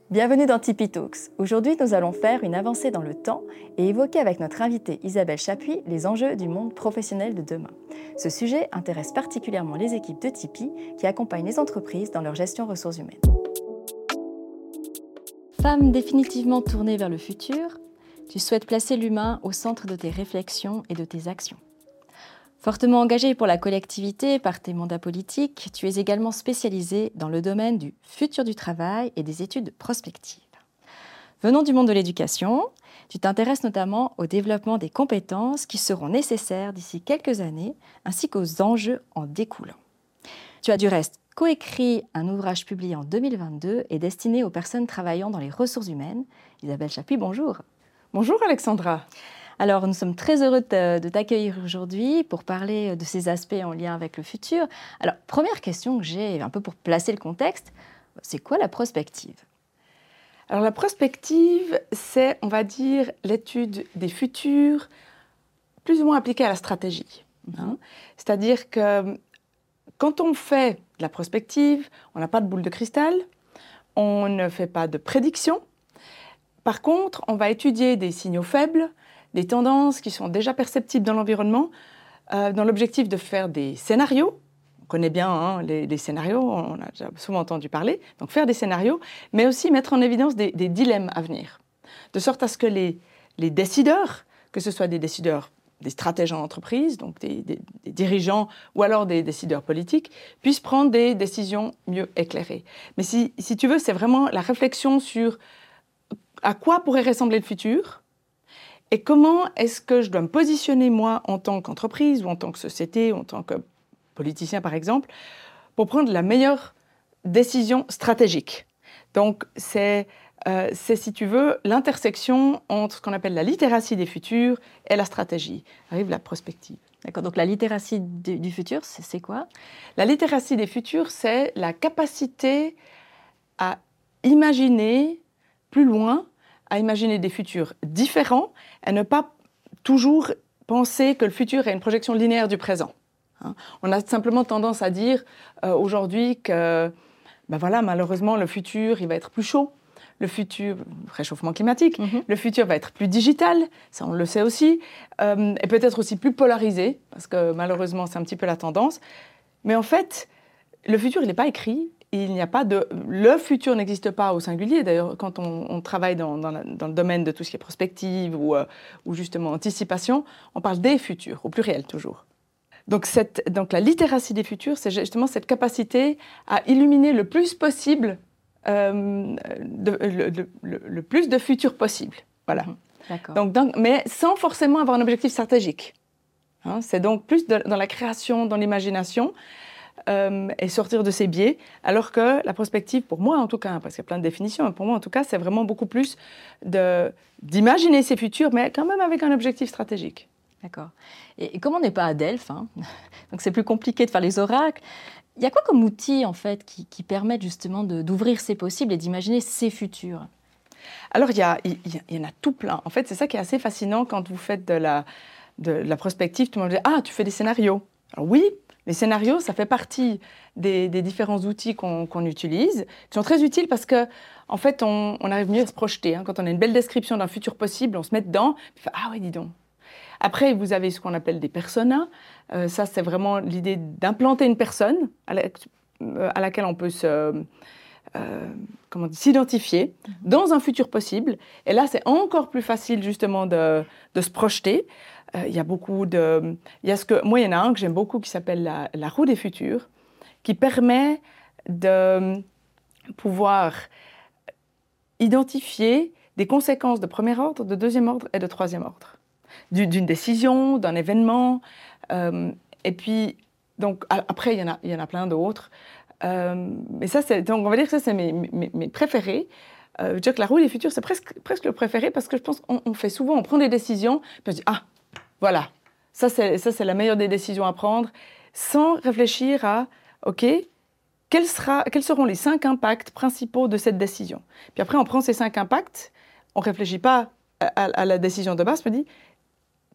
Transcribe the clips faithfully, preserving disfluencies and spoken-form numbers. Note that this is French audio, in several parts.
Bienvenue dans Tipeee Talks. Aujourd'hui, nous allons faire une avancée dans le temps et évoquer avec notre invitée Isabelle Chapuis les enjeux du monde professionnel de demain. Ce sujet intéresse particulièrement les équipes de Tipeee qui accompagnent les entreprises dans leur gestion ressources humaines. Femme définitivement tournée vers le futur, tu souhaites placer l'humain au centre de tes réflexions et de tes actions. Fortement engagée pour la collectivité par tes mandats politiques, tu es également spécialisée dans le domaine du futur du travail et des études prospectives. Venant du monde de l'éducation, tu t'intéresses notamment au développement des compétences qui seront nécessaires d'ici quelques années, ainsi qu'aux enjeux en découlant. Tu as du reste coécrit un ouvrage publié en deux mille vingt-deux et destiné aux personnes travaillant dans les ressources humaines. Isabelle Chapuis, bonjour. Bonjour Alexandra. Alors, nous sommes très heureux de t'accueillir aujourd'hui pour parler de ces aspects en lien avec le futur. Alors, première question que j'ai, un peu pour placer le contexte, c'est quoi la prospective ? Alors, la prospective, c'est, on va dire, l'étude des futurs, plus ou moins appliquée à la stratégie. Hein. C'est-à-dire que quand on fait de la prospective, on n'a pas de boule de cristal, on ne fait pas de prédiction. Par contre, on va étudier des signaux faibles, des tendances qui sont déjà perceptibles dans l'environnement, euh, dans l'objectif de faire des scénarios. On connaît bien hein, les, les scénarios, on a déjà souvent entendu parler. Donc faire des scénarios, mais aussi mettre en évidence des, des dilemmes à venir. De sorte à ce que les, les décideurs, que ce soit des décideurs, des stratèges en entreprise, donc des, des, des dirigeants ou alors des décideurs politiques, puissent prendre des décisions mieux éclairées. Mais si, si tu veux, c'est vraiment la réflexion sur à quoi pourrait ressembler le futur. Et comment est-ce que je dois me positionner, moi, en tant qu'entreprise, ou en tant que société, ou en tant que politicien, par exemple, pour prendre la meilleure décision stratégique. Donc, c'est, euh, c'est si tu veux, l'intersection entre ce qu'on appelle la littératie des futurs et la stratégie. Arrive la prospective. D'accord, donc la littératie du, du futur, c'est, c'est quoi ? La littératie des futurs, c'est la capacité à imaginer plus loin, à imaginer des futurs différents, à ne pas toujours penser que le futur est une projection linéaire du présent. Hein. On a simplement tendance à dire euh, aujourd'hui que, ben voilà, malheureusement, le futur, il va être plus chaud. Le futur, réchauffement climatique, mm-hmm. le futur va être plus digital, ça on le sait aussi, euh, et peut-être aussi plus polarisé, parce que malheureusement, c'est un petit peu la tendance. Mais en fait, le futur, il n'est pas écrit. Il n'y a pas de... Le futur n'existe pas au singulier. D'ailleurs, quand on, on travaille dans, dans, la, dans le domaine de tout ce qui est prospective ou, euh, ou justement anticipation, on parle des futurs, au pluriel toujours. Donc, cette, donc la littératie des futurs, c'est justement cette capacité à illuminer le plus possible, euh, de, le, le, le, le plus de futurs possible. Voilà. D'accord. Donc, donc, mais sans forcément avoir un objectif stratégique. Hein, c'est donc plus de, dans la création, dans l'imagination, Euh, et sortir de ses biais, alors que la prospective, pour moi en tout cas, parce qu'il y a plein de définitions, mais pour moi en tout cas, c'est vraiment beaucoup plus de, d'imaginer ses futurs, mais quand même avec un objectif stratégique. D'accord. Et, et comme on n'est pas à Delphes, hein, donc c'est plus compliqué de faire les oracles, il y a quoi comme outils en fait qui, qui permettent justement de, d'ouvrir ses possibles et d'imaginer ses futurs ? Alors il y, a, il, il y en a tout plein. En fait, c'est ça qui est assez fascinant quand vous faites de la, de, de la prospective. Tout le monde dit « Ah, tu fais des scénarios ». Alors oui, les scénarios, ça fait partie des, des différents outils qu'on, qu'on utilise, qui sont très utiles parce que, en fait, on, on arrive mieux à se projeter. Hein. Quand on a une belle description d'un futur possible, on se met dedans, puis on fait, ah oui, dis donc. Après, vous avez ce qu'on appelle des personas. Euh, ça, c'est vraiment l'idée d'implanter une personne à, la, à laquelle on peut se, euh, comment dire, s'identifier dans un futur possible. Et là, c'est encore plus facile, justement, de, de se projeter. Il euh, y a beaucoup de... Y a ce que, moi, il y en a un que j'aime beaucoup qui s'appelle la, la roue des futurs, qui permet de pouvoir identifier des conséquences de premier ordre, de deuxième ordre et de troisième ordre. Du, d'une décision, d'un événement. Euh, et puis, donc, après, il y en a, il y en a plein d'autres. Euh, mais ça, c'est, donc, on va dire que ça, c'est mes, mes, mes préférés. Euh, je veux dire que la roue des futurs, c'est presque, presque le préféré parce que je pense qu'on on fait souvent, on prend des décisions, puis on se dit, ah, voilà, ça c'est, ça c'est la meilleure des décisions à prendre, sans réfléchir à, OK, quels, sera, quels seront les cinq impacts principaux de cette décision. Puis après, on prend ces cinq impacts, on ne réfléchit pas à, à, à la décision de base, on dit,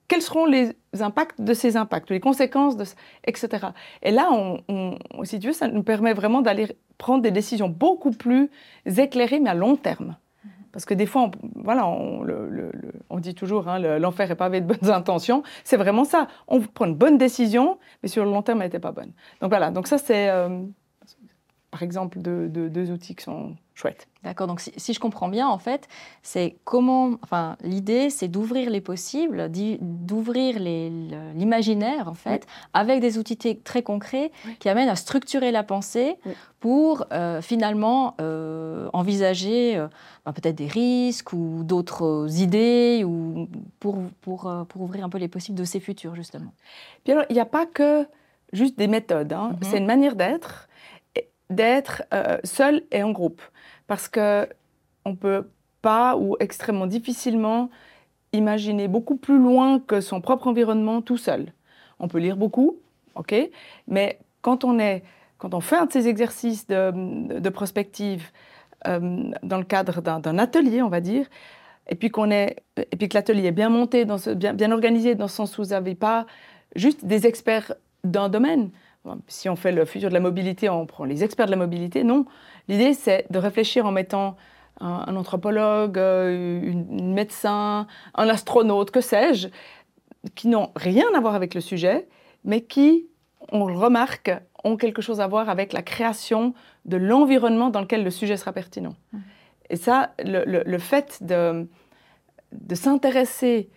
quels seront les impacts de ces impacts, les conséquences, de, et cetera. Et là, on, on, si tu veux, ça nous permet vraiment d'aller prendre des décisions beaucoup plus éclairées, mais à long terme. Parce que des fois, on, voilà, on, le, le, le, on dit toujours, hein, le, l'enfer est pavé de bonnes intentions. C'est vraiment ça. On prend une bonne décision, mais sur le long terme, elle n'était pas bonne. Donc voilà, donc ça c'est, euh, par exemple, deux, deux, deux outils qui sont chouettes. D'accord, donc si, si je comprends bien, en fait, c'est comment, enfin, l'idée, c'est d'ouvrir les possibles, d'ouvrir les, l'imaginaire, en fait, oui. avec des outils t- très concrets oui. qui amènent à structurer la pensée oui. pour euh, finalement euh, envisager euh, ben, peut-être des risques ou d'autres idées, ou pour, pour, euh, pour ouvrir un peu les possibles de ces futurs, justement. Puis alors, il n'y a pas que juste des méthodes, hein. Mm-hmm. C'est une manière d'être, d'être euh, seul et en groupe. Parce qu'on ne peut pas ou extrêmement difficilement imaginer beaucoup plus loin que son propre environnement tout seul. On peut lire beaucoup, ok, mais quand on, est, quand on fait un de ces exercices de, de prospective euh, dans le cadre d'un, d'un atelier, on va dire, et puis, qu'on est, et puis que l'atelier est bien monté, dans ce, bien, bien organisé, dans le sens où vous n'avez pas juste des experts d'un domaine. Si on fait le futur de la mobilité, on prend les experts de la mobilité. Non, l'idée, c'est de réfléchir en mettant un, un anthropologue, une, une médecin, un astronaute, que sais-je, qui n'ont rien à voir avec le sujet, mais qui, on le remarque, ont quelque chose à voir avec la création de l'environnement dans lequel le sujet sera pertinent. Mmh. Et ça, le, le, le fait de, de s'intéresser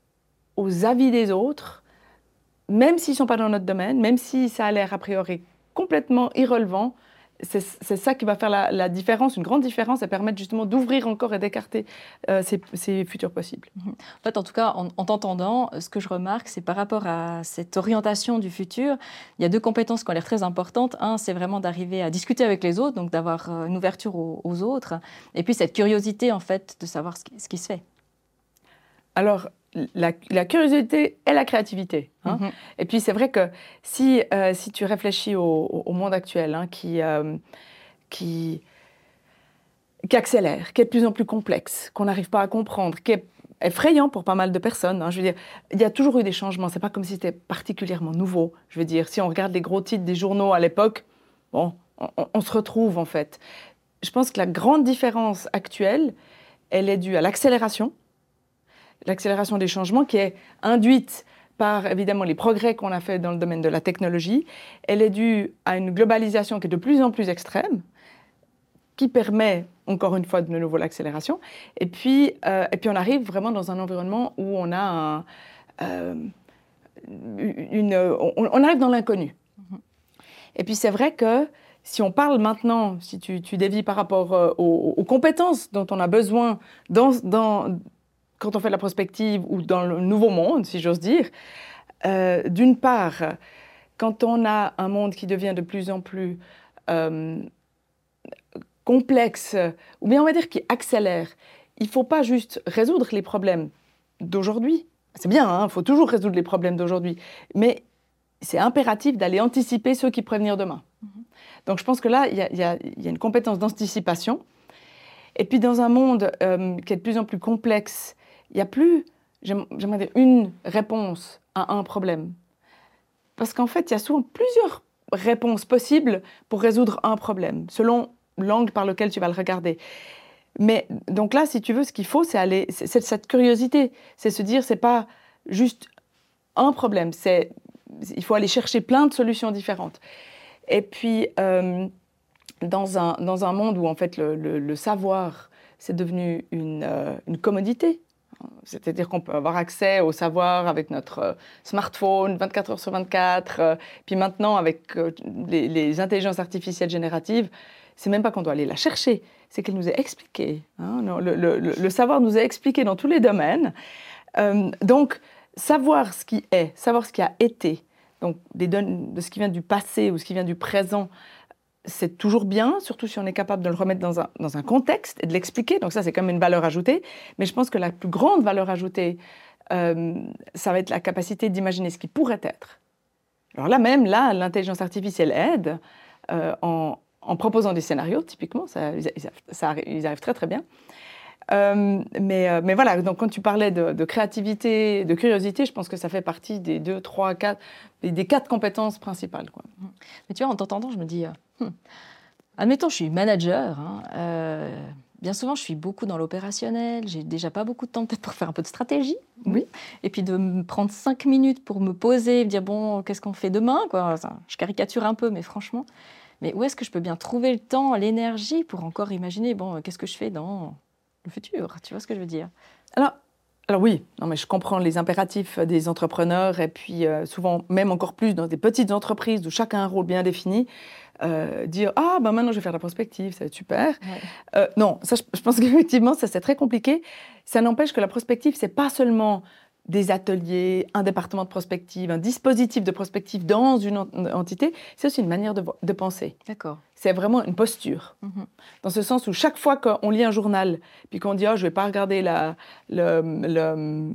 aux avis des autres, même s'ils ne sont pas dans notre domaine, même si ça a l'air a priori complètement irrelevant, c'est, c'est ça qui va faire la, la différence, une grande différence, et permettre justement d'ouvrir encore et d'écarter euh, ces, ces futurs possibles. En fait, en tout cas, en, en t'entendant, ce que je remarque, c'est par rapport à cette orientation du futur, il y a deux compétences qui ont l'air très importantes. Un, c'est vraiment d'arriver à discuter avec les autres, donc d'avoir une ouverture aux, aux autres, et puis cette curiosité, en fait, de savoir ce qui, ce qui se fait. Alors, La, la curiosité et la créativité. Hein. Mm-hmm. Et puis, c'est vrai que si, euh, si tu réfléchis au, au monde actuel, hein, qui, euh, qui, qui accélère, qui est de plus en plus complexe, qu'on n'arrive pas à comprendre, qui est effrayant pour pas mal de personnes. Hein, je veux dire, il y a toujours eu des changements. C'est pas comme si c'était particulièrement nouveau. Je veux dire, si on regarde les gros titres des journaux à l'époque, bon, on, on se retrouve, en fait. Je pense que la grande différence actuelle, elle est due à l'accélération, l'accélération des changements qui est induite par, évidemment, les progrès qu'on a fait dans le domaine de la technologie. Elle est due à une globalisation qui est de plus en plus extrême, qui permet, encore une fois, de nouveau l'accélération. Et puis, euh, et puis on arrive vraiment dans un environnement où on a un, euh, une... On, on arrive dans l'inconnu. Mm-hmm. Et puis, c'est vrai que si on parle maintenant, si tu, tu dévis par rapport euh, aux, aux compétences dont on a besoin dans... dans quand on fait de la prospective ou dans le nouveau monde, si j'ose dire, euh, d'une part, quand on a un monde qui devient de plus en plus euh, complexe, ou bien on va dire qui accélère, il ne faut pas juste résoudre les problèmes d'aujourd'hui. C'est bien, il hein, faut toujours résoudre les problèmes d'aujourd'hui, mais c'est impératif d'aller anticiper ceux qui pourraient venir demain. Mm-hmm. Donc je pense que là, il y, y, y a une compétence d'anticipation. Et puis dans un monde euh, qui est de plus en plus complexe, il n'y a plus, j'aimerais dire, une réponse à un problème. Parce qu'en fait, il y a souvent plusieurs réponses possibles pour résoudre un problème, selon l'angle par lequel tu vas le regarder. Mais donc là, si tu veux, ce qu'il faut, c'est aller, c'est, c'est cette curiosité, c'est se dire, c'est pas juste un problème, c'est, il faut aller chercher plein de solutions différentes. Et puis, euh, dans un, dans un monde où en fait le, le, le savoir, c'est devenu une, euh, une commodité. C'est-à-dire qu'on peut avoir accès au savoir avec notre smartphone vingt-quatre heures sur vingt-quatre. Euh, puis maintenant, avec euh, les, les intelligences artificielles génératives, c'est même pas qu'on doit aller la chercher, c'est qu'elle nous est expliquée. Hein, le, le, le, le savoir nous est expliqué dans tous les domaines. Euh, donc, savoir ce qui est, savoir ce qui a été, donc des don- de ce qui vient du passé ou ce qui vient du présent, c'est toujours bien, surtout si on est capable de le remettre dans un, dans un contexte et de l'expliquer. Donc ça, c'est quand même une valeur ajoutée. Mais je pense que la plus grande valeur ajoutée, euh, ça va être la capacité d'imaginer ce qui pourrait être. Alors là même, là, l'intelligence artificielle aide euh, en, en proposant des scénarios, typiquement, ça, ils, ça, ils arrivent très très bien. Euh, mais, euh, mais voilà, donc quand tu parlais de, de créativité, de curiosité, je pense que ça fait partie des deux, trois, quatre, des, des quatre compétences principales, quoi. Mais tu vois, en t'entendant, je me dis, euh, hmm, admettons, je suis manager, hein, euh, bien souvent, je suis beaucoup dans l'opérationnel, j'ai déjà pas beaucoup de temps peut-être pour faire un peu de stratégie. Oui. Et puis de me prendre cinq minutes pour me poser, me dire, bon, qu'est-ce qu'on fait demain, quoi. Enfin, je caricature un peu, mais franchement, mais où est-ce que je peux bien trouver le temps, l'énergie pour encore imaginer, bon, qu'est-ce que je fais dans le futur, tu vois ce que je veux dire? Alors, alors oui, non, mais je comprends les impératifs des entrepreneurs et puis euh, souvent même encore plus dans des petites entreprises où chacun a un rôle bien défini, euh, dire ah ben maintenant je vais faire de la prospective, ça va être super. Ouais. Euh, non, ça je, je pense qu'effectivement ça c'est très compliqué. Ça n'empêche que la prospective c'est pas seulement des ateliers, un département de prospective, un dispositif de prospective dans une en- entité, c'est aussi une manière de, vo- de penser. D'accord. C'est vraiment une posture. Mhm. Dans ce sens où chaque fois qu'on lit un journal, puis qu'on dit oh, « je ne vais pas regarder la, le, le,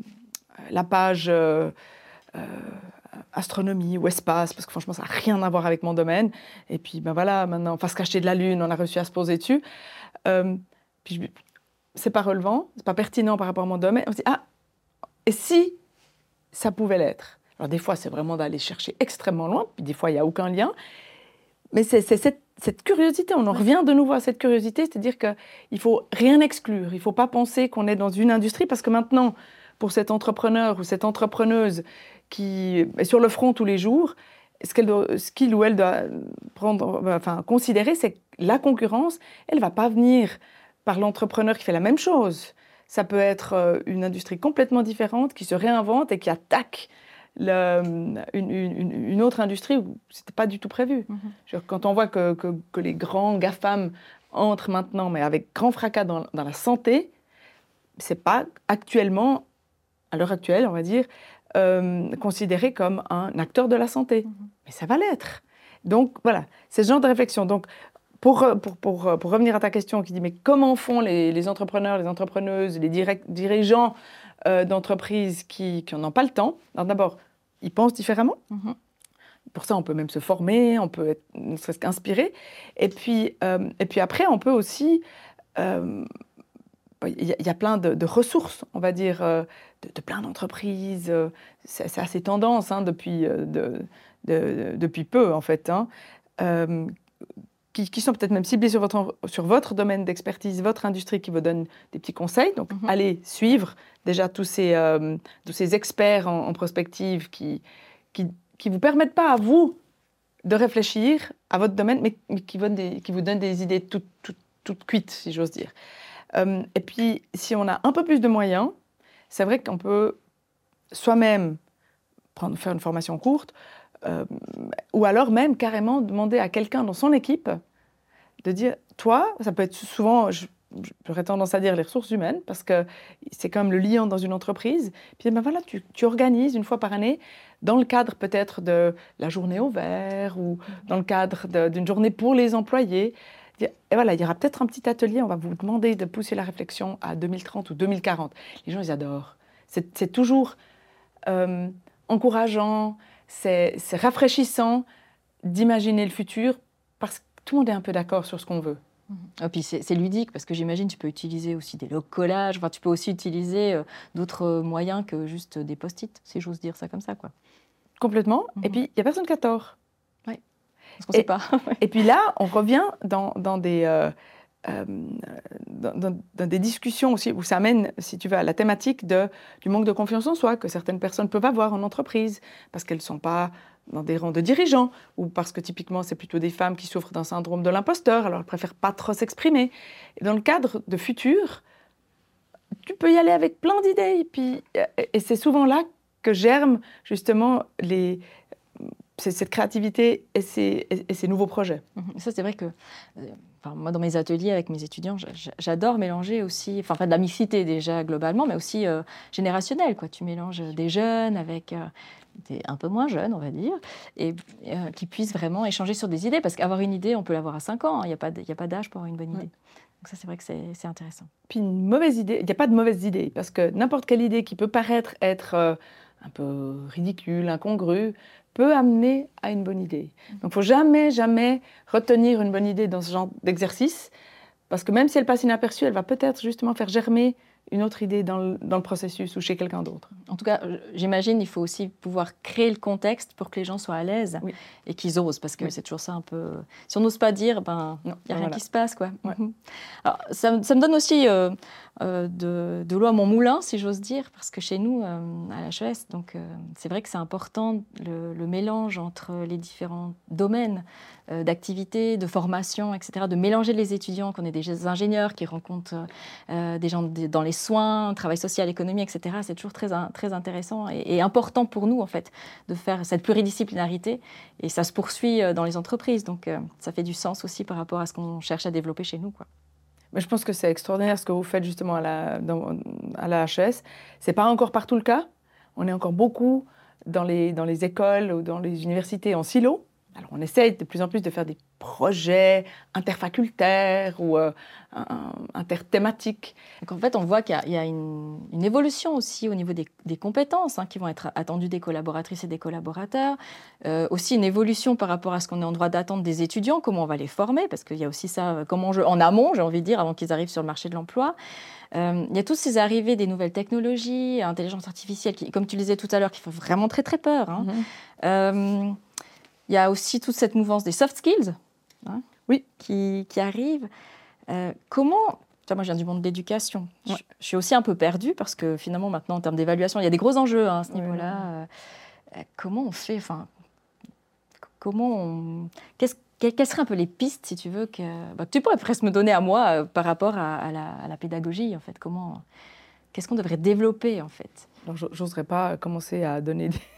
la page euh, euh, astronomie ou espace, parce que franchement, ça n'a rien à voir avec mon domaine. » Et puis, ben voilà, maintenant, on va se cacher de la Lune, on a réussi à se poser dessus. Euh, puis, je- c'est pas relevant, c'est pas pertinent par rapport à mon domaine. On se dit « ah, et si ça pouvait l'être ?» Alors, des fois, c'est vraiment d'aller chercher extrêmement loin, puis des fois, il n'y a aucun lien. Mais c'est, c'est cette, cette curiosité, on en Ouais. revient de nouveau à cette curiosité, c'est-à-dire qu'il ne faut rien exclure, il ne faut pas penser qu'on est dans une industrie, parce que maintenant, pour cet entrepreneur ou cette entrepreneuse qui est sur le front tous les jours, ce, qu'elle doit, ce qu'il ou elle doit prendre, enfin, considérer, c'est que la concurrence, elle ne va pas venir par l'entrepreneur qui fait la même chose. Ça peut être une industrie complètement différente, qui se réinvente et qui attaque Le, une, une, une autre industrie où ce n'était pas du tout prévu. Mm-hmm. Quand on voit que, que, que les grands GAFAM entrent maintenant, mais avec grand fracas dans, dans la santé, ce n'est pas actuellement, à l'heure actuelle, on va dire, euh, considéré comme un acteur de la santé. Mm-hmm. Mais ça va l'être. Donc voilà, c'est ce genre de réflexion. Donc, pour, pour, pour, pour revenir à ta question qui dit mais comment font les, les entrepreneurs, les entrepreneuses, les direct, dirigeants euh, d'entreprises qui, qui n'ont pas le temps? Alors d'abord, ils pensent différemment. Mm-hmm. Pour ça, on peut même se former, on peut être ne serait-ce qu'inspiré. Et puis, euh, et puis après, on peut aussi... Il euh, y, y a plein de, de ressources, on va dire, euh, de, de plein d'entreprises. Euh, c'est, c'est assez tendance hein, depuis, euh, de, de, de, depuis peu, en fait. Hein, euh, Qui, qui sont peut-être même ciblés sur votre, sur votre domaine d'expertise, votre industrie, qui vous donnent des petits conseils. Donc, mm-hmm. allez suivre déjà tous ces, euh, tous ces experts en, en prospective qui qui qui vous permettent pas à vous de réfléchir à votre domaine, mais, mais qui, vous des, qui vous donnent des idées toutes, toutes, toutes cuites, si j'ose dire. Euh, et puis, si on a un peu plus de moyens, c'est vrai qu'on peut soi-même prendre, faire une formation courte, Euh, ou alors même carrément demander à quelqu'un dans son équipe de dire, toi, ça peut être souvent, je, j'aurais tendance à dire les ressources humaines, parce que c'est quand même le liant dans une entreprise, puis ben voilà, tu, tu organises une fois par année, dans le cadre peut-être de la journée au vert, ou dans le cadre de, d'une journée pour les employés, et voilà, il y aura peut-être un petit atelier, on va vous demander de pousser la réflexion à deux mille trente ou deux mille quarante. Les gens, ils adorent. C'est, c'est toujours euh, encourageant, C'est, c'est rafraîchissant d'imaginer le futur parce que tout le monde est un peu d'accord sur ce qu'on veut. Et puis c'est, c'est ludique parce que j'imagine tu peux utiliser aussi des log collages, enfin tu peux aussi utiliser euh, d'autres moyens que juste des post-it, si j'ose dire ça comme ça, quoi. Complètement. Mm-hmm. Et puis il n'y a personne qui a tort. Oui, parce qu'on ne sait pas. Et puis là, on revient dans, dans des... Euh, Euh, dans, dans, dans des discussions aussi où ça amène, si tu veux, à la thématique de, du manque de confiance en soi que certaines personnes peuvent avoir en entreprise parce qu'elles ne sont pas dans des rangs de dirigeants ou parce que typiquement c'est plutôt des femmes qui souffrent d'un syndrome de l'imposteur, alors elles préfèrent pas trop s'exprimer. Et dans le cadre de futur, tu peux y aller avec plein d'idées et, puis, et c'est souvent là que germent justement les... C'est cette créativité et ces, et ces nouveaux projets. Ça, c'est vrai que, enfin, moi, dans mes ateliers avec mes étudiants, j'adore mélanger aussi, enfin, pas de la mixité déjà globalement, mais aussi euh, générationnelle, quoi. Tu mélanges des jeunes avec euh, des un peu moins jeunes, on va dire, et euh, qui puissent vraiment échanger sur des idées, parce qu'avoir une idée, on peut l'avoir à cinq ans, il hein, n'y a, a pas d'âge pour avoir une bonne idée. Ouais. Donc ça, c'est vrai que c'est, c'est intéressant. Puis une mauvaise idée, il n'y a pas de mauvaise idée, parce que n'importe quelle idée qui peut paraître être euh, un peu ridicule, incongrue, peut amener à une bonne idée. Donc, il ne faut jamais, jamais retenir une bonne idée dans ce genre d'exercice, Parce que même si elle passe inaperçue, elle va peut-être justement faire germer une autre idée dans le, dans le processus ou chez quelqu'un d'autre. En tout cas, j'imagine il faut aussi pouvoir créer le contexte pour que les gens soient à l'aise oui. et qu'ils osent, parce que oui. c'est toujours ça un peu... Si on n'ose pas dire, ben, il n'y a ben rien voilà. qui se passe, quoi. Ouais. Alors, ça, ça me donne aussi euh, euh, de, de l'eau à mon moulin, si j'ose dire, parce que chez nous, euh, à l'H E S, donc, euh, c'est vrai que c'est important le, le mélange entre les différents domaines euh, d'activité, de formation, et cetera, de mélanger les étudiants, qu'on ait des ingénieurs qui rencontrent euh, des gens dans les soins, travail social, économie, et cetera. C'est toujours très, très intéressant et, et important pour nous, en fait, de faire cette pluridisciplinarité. Et ça se poursuit dans les entreprises. Donc, euh, ça fait du sens aussi par rapport à ce qu'on cherche à développer chez nous, quoi. Mais je pense que c'est extraordinaire ce que vous faites justement à la, dans, à la H E S. Ce n'est pas encore partout le cas. On est encore beaucoup dans les, dans les écoles ou dans les universités en silo. Alors, on essaye de plus en plus de faire des projets interfacultaires ou euh, interthématiques. Donc, en fait, on voit qu'il y a, il y a une, une évolution aussi au niveau des, des compétences hein, qui vont être attendues des collaboratrices et des collaborateurs. Euh, aussi une évolution par rapport à ce qu'on est en droit d'attendre des étudiants, comment on va les former, parce qu'il y a aussi ça comment je, en amont, j'ai envie de dire, avant qu'ils arrivent sur le marché de l'emploi. Euh, il y a toutes ces arrivées des nouvelles technologies, intelligence artificielle, qui, comme tu le disais tout à l'heure, qui font vraiment très, très peur. Hein. Mm-hmm. euh, Il y a aussi toute cette mouvance des soft skills hein, oui. qui, qui arrive. Euh, comment... Moi, je viens du monde de l'éducation. Ouais. Je, je suis aussi un peu perdue parce que finalement, maintenant, en termes d'évaluation, il y a des gros enjeux hein, à ce ouais, niveau-là. Ouais. Euh, comment on fait enfin, comment on... Qu'est-ce, quelles seraient un peu les pistes, si tu veux, que, bah, que tu pourrais presque me donner à moi euh, par rapport à, à, la, à la pédagogie, en fait. Comment... Qu'est-ce qu'on devrait développer, en fait? Alors, j'oserais pas commencer à donner des,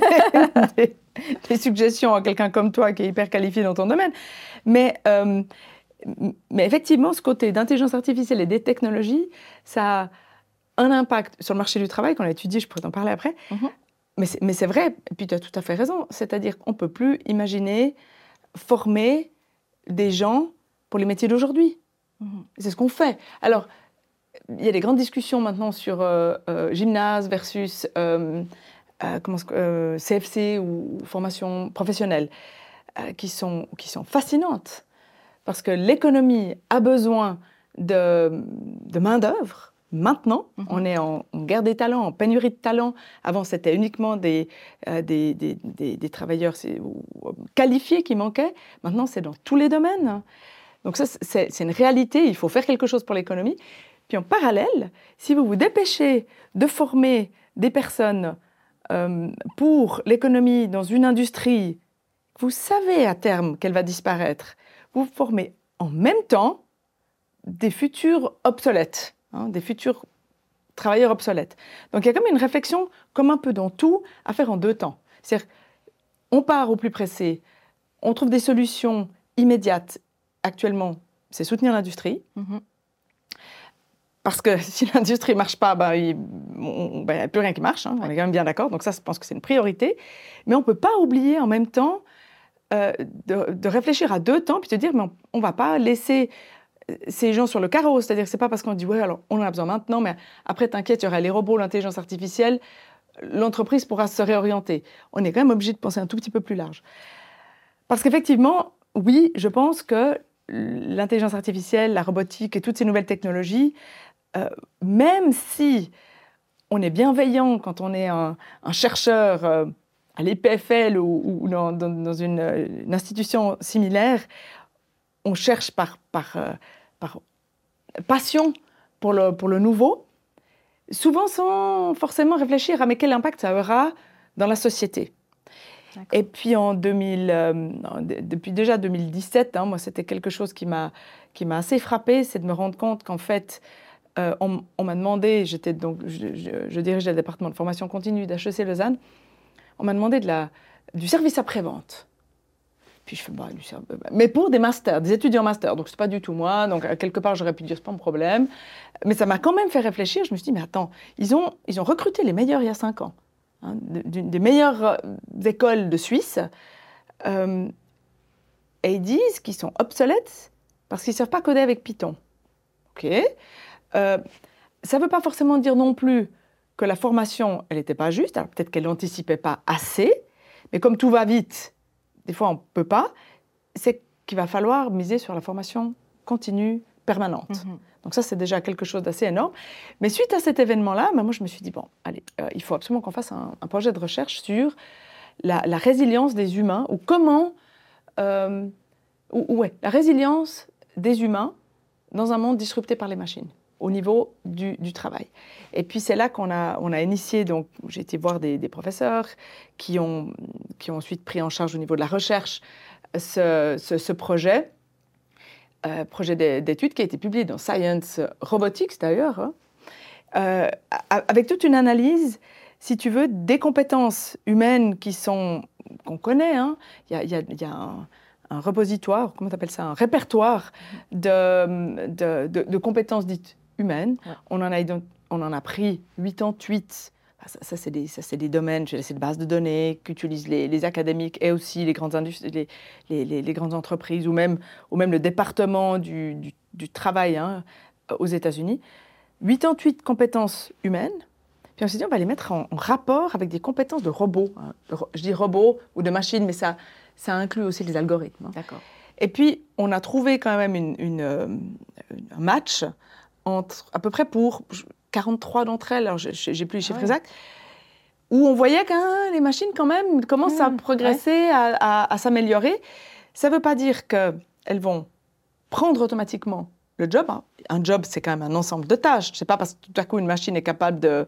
des, des suggestions à quelqu'un comme toi qui est hyper qualifié dans ton domaine. Mais, euh, mais effectivement, ce côté d'intelligence artificielle et des technologies, ça a un impact sur le marché du travail. Quand on l'a étudié, je pourrais t'en parler après. Mm-hmm. Mais, c'est, mais c'est vrai, et puis tu as tout à fait raison. C'est-à-dire qu'on ne peut plus imaginer former des gens pour les métiers d'aujourd'hui. Mm-hmm. C'est ce qu'on fait. Alors, il y a des grandes discussions maintenant sur euh, euh, gymnase versus euh, euh, comment, euh, C F C ou formation professionnelle euh, qui, sont, qui sont fascinantes parce que l'économie a besoin de, de main-d'œuvre. Maintenant, mm-hmm. on est en, en guerre des talents, en pénurie de talents. Avant, c'était uniquement des, euh, des, des, des, des travailleurs qualifiés qui manquaient. Maintenant, c'est dans tous les domaines. Donc ça, c'est, c'est une réalité. Il faut faire quelque chose pour l'économie. Puis en parallèle, si vous vous dépêchez de former des personnes euh, pour l'économie dans une industrie, vous savez à terme qu'elle va disparaître, vous formez en même temps des futurs obsolètes, hein, des futurs travailleurs obsolètes. Donc il y a comme une réflexion, comme un peu dans tout, à faire en deux temps. C'est-à-dire, on part au plus pressé, on trouve des solutions immédiates. Actuellement, c'est soutenir l'industrie. Mm-hmm. Parce que si l'industrie ne marche pas, ben, il n'y ben, a plus rien qui marche, hein, on est quand même bien d'accord, donc ça, je pense que c'est une priorité. Mais on ne peut pas oublier en même temps euh, de, de réfléchir à deux temps, puis de dire, mais on ne va pas laisser ces gens sur le carreau, c'est-à-dire que ce n'est pas parce qu'on dit, ouais, alors on en a besoin maintenant, mais après, t'inquiète, il y aura les robots, l'intelligence artificielle, l'entreprise pourra se réorienter. On est quand même obligé de penser un tout petit peu plus large. Parce qu'effectivement, oui, je pense que l'intelligence artificielle, la robotique et toutes ces nouvelles technologies, Euh, même si on est bienveillant quand on est un, un chercheur euh, à l'E P F L ou, ou dans, dans, dans une, une institution similaire, on cherche par, par, euh, par passion pour le, pour le nouveau, souvent sans forcément réfléchir à mais quel impact ça aura dans la société. D'accord. Et puis en deux mille, euh, depuis déjà deux mille dix-sept, hein, moi c'était quelque chose qui m'a, qui m'a assez frappée, c'est de me rendre compte qu'en fait, Euh, on, on m'a demandé, j'étais donc, je, je, je dirigeais le département de formation continue d'H E C Lausanne, on m'a demandé de la, du service après-vente. Puis je fais, bah, du service, mais pour des masters, des étudiants masters, donc c'est pas du tout moi, donc quelque part j'aurais pu dire c'est pas un problème, mais ça m'a quand même fait réfléchir, je me suis dit, mais attends, ils ont, ils ont recruté les meilleurs il y a cinq ans, hein, d'une des meilleures écoles de Suisse, euh, et ils disent qu'ils sont obsolètes parce qu'ils ne savent pas coder avec Python. Ok. Euh, ça ne veut pas forcément dire non plus que la formation, elle n'était pas juste. Alors peut-être qu'elle n'anticipait pas assez, mais comme tout va vite, des fois on ne peut pas, c'est qu'il va falloir miser sur la formation continue, permanente. Mhm. Donc ça, c'est déjà quelque chose d'assez énorme. Mais suite à cet événement-là, ben, moi, je me suis dit, bon, allez, euh, il faut absolument qu'on fasse un, un projet de recherche sur la, la résilience des humains, ou comment... Euh, ou, ou, ouais, la résilience des humains dans un monde disrupté par les machines, au niveau du, du travail. Et puis c'est là qu'on a, on a initié, donc j'ai été voir des, des professeurs qui ont, qui ont ensuite pris en charge au niveau de la recherche ce, ce, ce projet, euh, projet d'étude qui a été publié dans Science Robotics d'ailleurs, hein, euh, avec toute une analyse, si tu veux, des compétences humaines qui sont, qu'on connaît. Hein. Il y a, il y a, il y a un, un repositoire, comment tu appelles ça, un répertoire de, de, de, de compétences dites humaines. Ouais. On, en a, on en a pris quatre-vingt-huit. Ça, ça, c'est des, ça, c'est des domaines, c'est des bases de données qu'utilisent les, les académiques et aussi les grandes, industries, les, les, les, les grandes entreprises, ou même, ou même le département du, du, du travail hein, aux États-Unis. quatre-vingt-huit compétences humaines. Puis on s'est dit, on va les mettre en, en rapport avec des compétences de robots. Hein. Je dis robots ou de machines, mais ça, ça inclut aussi les algorithmes. Hein. D'accord. Et puis, on a trouvé quand même une, une, euh, un match entre, à peu près pour quarante-trois d'entre elles, alors je n'ai plus les chiffres ah ouais. exacts, où on voyait que les machines, quand même, commencent mmh, à progresser, ouais. à, à, à s'améliorer. Ça ne veut pas dire qu'elles vont prendre automatiquement le job. Hein. Un job, c'est quand même un ensemble de tâches. Ce n'est pas parce que tout à coup, une machine est capable de,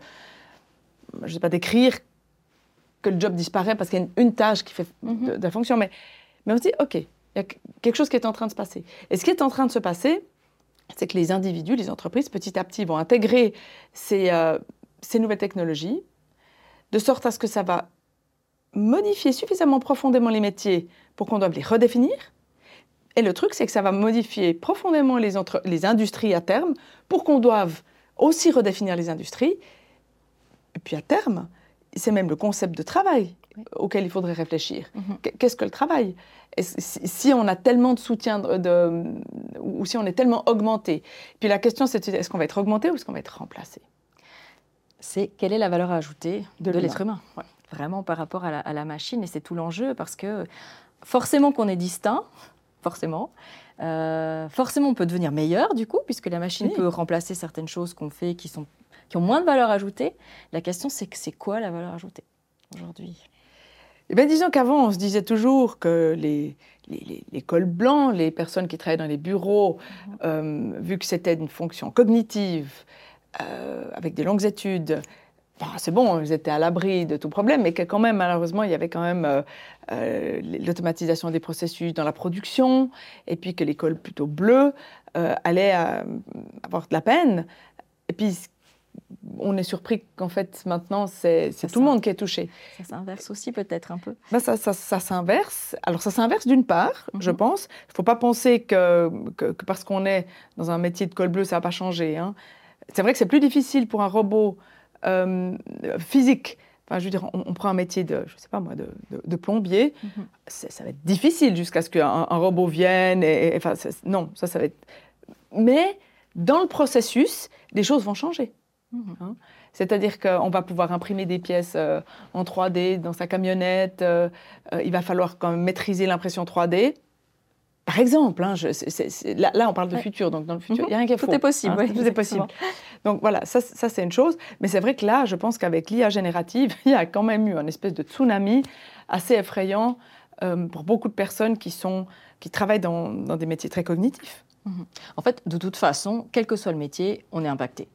je sais pas, d'écrire que le job disparaît parce qu'il y a une, une tâche qui fait mmh. de, de la fonction. Mais, mais on se dit, OK, il y a quelque chose qui est en train de se passer. Et ce qui est en train de se passer, c'est que les individus, les entreprises, petit à petit, vont intégrer ces, euh, ces nouvelles technologies, de sorte à ce que ça va modifier suffisamment profondément les métiers pour qu'on doive les redéfinir. Et le truc, c'est que ça va modifier profondément les, entre... les industries à terme pour qu'on doive aussi redéfinir les industries. Et puis à terme, c'est même le concept de travail oui. auquel il faudrait réfléchir. Mm-hmm. Qu'est-ce que le travail ? Si on a tellement de soutien, de, de, ou si on est tellement augmenté. Puis la question, c'est est-ce qu'on va être augmenté ou est-ce qu'on va être remplacé ? C'est quelle est la valeur ajoutée de, de l'être humain, ouais. vraiment par rapport à la, à la machine. Et c'est tout l'enjeu, parce que forcément qu'on est distinct, forcément. Euh, forcément, on peut devenir meilleur, du coup, puisque la machine oui. peut remplacer certaines choses qu'on fait qui, sont, qui ont moins de valeur ajoutée. La question, c'est que c'est quoi la valeur ajoutée aujourd'hui ? Eh bien, disons qu'avant, on se disait toujours que les, les, les, les cols blancs, les personnes qui travaillaient dans les bureaux, mmh. euh, vu que c'était une fonction cognitive, euh, avec des longues études, bon, c'est bon, ils étaient à l'abri de tout problème, mais que quand même, malheureusement, il y avait quand même euh, euh, l'automatisation des processus dans la production, et puis que les cols plutôt bleus euh, allaient euh, avoir de la peine. Et puis, on est surpris qu'en fait, maintenant, c'est, c'est tout le monde qui est touché. Ça s'inverse aussi peut-être un peu. Ben ça, ça, ça s'inverse. Alors, ça s'inverse d'une part, mm-hmm. je pense. Il ne faut pas penser que, que, que parce qu'on est dans un métier de col bleu, ça ne va pas changer. Hein. C'est vrai que c'est plus difficile pour un robot euh, physique. Enfin, je veux dire, on, on prend un métier de, je sais pas moi, de, de, de plombier. Mm-hmm. C'est, ça va être difficile jusqu'à ce qu'un un robot vienne. Et, et, enfin, non, ça, ça va être... Mais dans le processus, les choses vont changer. Hein? C'est-à-dire qu'on va pouvoir imprimer des pièces euh, en trois D dans sa camionnette. Euh, euh, il va falloir quand même maîtriser l'impression trois D. Par exemple, hein, je, c'est, c'est, c'est, là, là, on parle de ouais. futur, donc dans le futur, il mmh. n'y a rien qui est faux. Tout est possible. Hein, oui, tout est possible. Donc voilà, ça, ça, c'est une chose. Mais c'est vrai que là, je pense qu'avec l'I A générative, il y a quand même eu un espèce de tsunami assez effrayant euh, pour beaucoup de personnes qui, sont, qui travaillent dans, dans des métiers très cognitifs. Mmh. En fait, de toute façon, quel que soit le métier, on est impacté.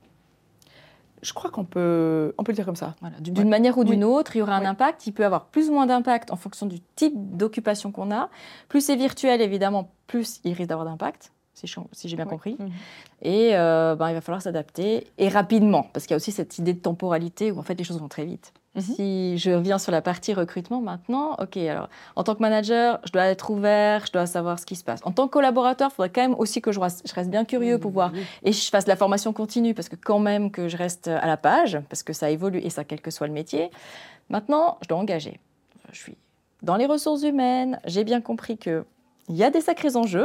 Je crois qu'on peut, on peut le dire comme ça. Voilà. D'une ouais. manière ou d'une oui. autre, il y aura un oui. impact. Il peut avoir plus ou moins d'impact en fonction du type d'occupation qu'on a. Plus c'est virtuel, évidemment, plus il risque d'avoir d'impact, si, je, si j'ai bien oui. compris. Mmh. Et euh, ben, il va falloir s'adapter, et rapidement, parce qu'il y a aussi cette idée de temporalité où en fait les choses vont très vite. Mmh. Si je reviens sur la partie recrutement maintenant, ok, alors en tant que manager, je dois être ouvert, je dois savoir ce qui se passe. En tant que collaborateur, il faudrait quand même aussi que je reste, je reste bien curieux mmh. pour voir, et je fasse de la formation continue, parce que quand même que je reste à la page, parce que ça évolue, et ça quel que soit le métier. Maintenant, je dois engager. Je suis dans les ressources humaines, j'ai bien compris qu'il y a des sacrés enjeux,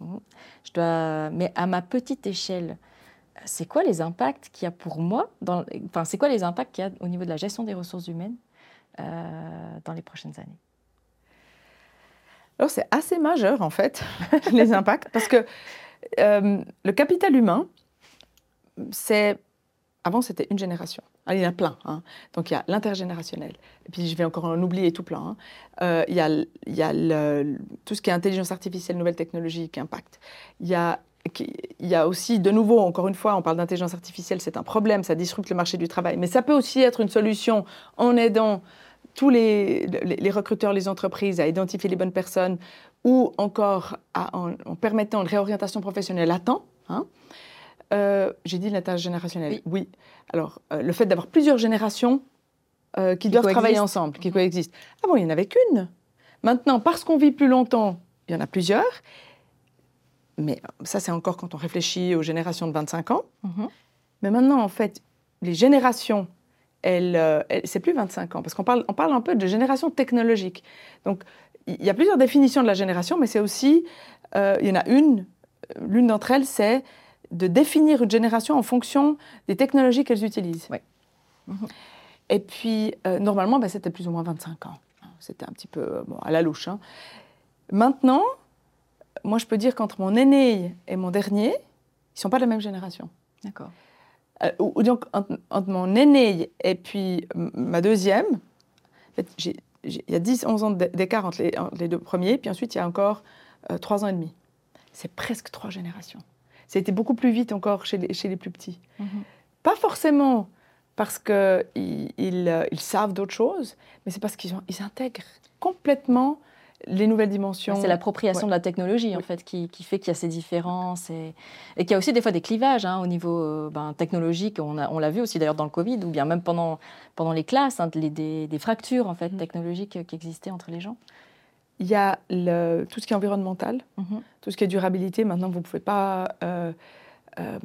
je dois, mais à ma petite échelle, c'est quoi les impacts qu'il y a pour moi dans, enfin, c'est quoi les impacts qu'il y a au niveau de la gestion des ressources humaines euh, dans les prochaines années ? Alors, c'est assez majeur, en fait, les impacts, parce que euh, le capital humain, c'est... Avant, c'était une génération. Ah, il y en a plein. Hein. Donc, il y a l'intergénérationnel. Et puis, je vais encore en oublier tout plein. Hein. Euh, il y a, il y a le, tout ce qui est intelligence artificielle, nouvelles technologies qui impactent. Il y a, il y a aussi, de nouveau, encore une fois, on parle d'intelligence artificielle, c'est un problème, ça disrupte le marché du travail. Mais ça peut aussi être une solution en aidant tous les, les, les recruteurs, les entreprises à identifier les bonnes personnes ou encore à, en, en permettant une réorientation professionnelle à temps. Hein. Euh, j'ai dit l'intergénérationnel. Oui. oui. Alors, euh, le fait d'avoir plusieurs générations euh, qui, qui doivent travailler ensemble, qui mmh. coexistent. Ah bon, il n'y en avait qu'une. Maintenant, parce qu'on vit plus longtemps, il y en a plusieurs. Mais ça, c'est encore quand on réfléchit aux générations de vingt-cinq ans. Mmh. Mais maintenant, en fait, les générations, elles, euh, elles, c'est plus vingt-cinq ans. Parce qu'on parle, on parle un peu de génération technologique. Donc, il y a plusieurs définitions de la génération, mais c'est aussi... Euh, il y en a une. L'une d'entre elles, c'est de définir une génération en fonction des technologies qu'elles utilisent. Oui. Mmh. Et puis, euh, normalement, ben, c'était plus ou moins vingt-cinq ans. C'était un petit peu bon, à la louche. Hein. Maintenant, moi, je peux dire qu'entre mon aîné et mon dernier, ils ne sont pas de la même génération. D'accord. Euh, ou, donc, entre, entre mon aîné et puis ma deuxième, en fait, j'ai, j'ai, il y a dix, onze ans d'écart entre les, entre les deux premiers, puis ensuite, il y a encore euh, trois ans et demi. C'est presque trois générations. Ça a été beaucoup plus vite encore chez les, chez les plus petits. Mm-hmm. Pas forcément parce qu'ils ils, ils, ils savent d'autres choses, mais c'est parce qu'ils ont, ils intègrent complètement les nouvelles dimensions. C'est l'appropriation ouais. de la technologie, oui. en fait, qui, qui fait qu'il y a ces différences et, et qu'il y a aussi des fois des clivages hein, au niveau euh, ben, technologique. On, a, on l'a vu aussi d'ailleurs dans le Covid, ou bien même pendant, pendant les classes, hein, les, des, des fractures en fait, mm-hmm. technologiques qui existaient entre les gens. Il y a le, tout ce qui est environnemental, mm-hmm. tout ce qui est durabilité. Maintenant, vous ne pouvez pas euh, euh,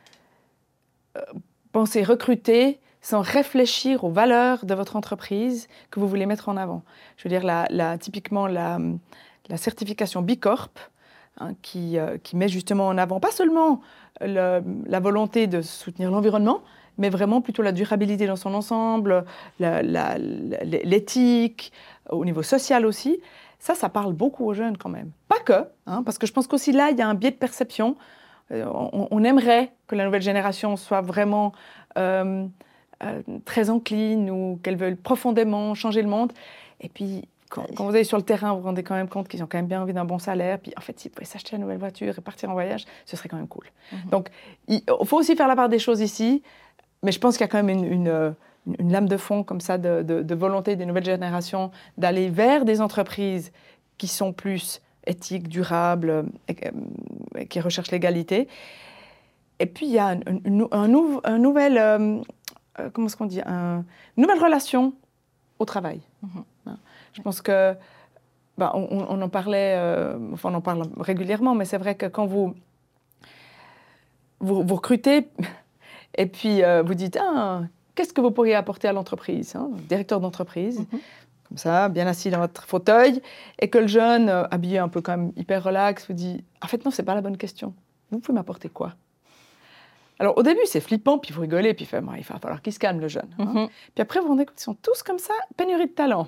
euh, penser recruter sans réfléchir aux valeurs de votre entreprise que vous voulez mettre en avant. Je veux dire, la, la, typiquement, la, la certification B Corp, hein, qui, euh, qui met justement en avant pas seulement le, la volonté de soutenir l'environnement, mais vraiment plutôt la durabilité dans son ensemble, la, la, la, l'éthique, au niveau social aussi. Ça, ça parle beaucoup aux jeunes quand même. Pas que, hein, parce que je pense qu'aussi là, il y a un biais de perception. Euh, on, on aimerait que la nouvelle génération soit vraiment euh, euh, très encline ou qu'elle veuille profondément changer le monde. Et puis, quand, quand vous allez sur le terrain, vous vous rendez quand même compte qu'ils ont quand même bien envie d'un bon salaire. Puis, en fait, s'ils pouvaient s'acheter une nouvelle voiture et partir en voyage, ce serait quand même cool. Mm-hmm. Donc, il faut aussi faire la part des choses ici. Mais je pense qu'il y a quand même une... une une lame de fond comme ça de, de, de volonté des nouvelles générations d'aller vers des entreprises qui sont plus éthiques, durables, et, et qui recherchent l'égalité. Et puis, il y a un, un, un, nou, un nouvel, euh, comment est-ce qu'on dit, un, une nouvelle relation au travail. Mm-hmm. Je pense que, ben, on, on en parlait, euh, enfin on en parle régulièrement, mais c'est vrai que quand vous, vous, vous recrutez et puis euh, vous dites, ah, qu'est-ce que vous pourriez apporter à l'entreprise, hein, directeur d'entreprise, mm-hmm. comme ça, bien assis dans votre fauteuil, et que le jeune, euh, habillé un peu quand même hyper relax, vous dit « En fait, non, c'est pas la bonne question. Vous pouvez m'apporter quoi ?» Alors, au début, c'est flippant, puis vous rigolez, puis fait, bon, il va falloir qu'il se calme, le jeune. Hein. Mm-hmm. Puis après, vous vous rendez compte qu'ils sont tous comme ça, pénurie de talent.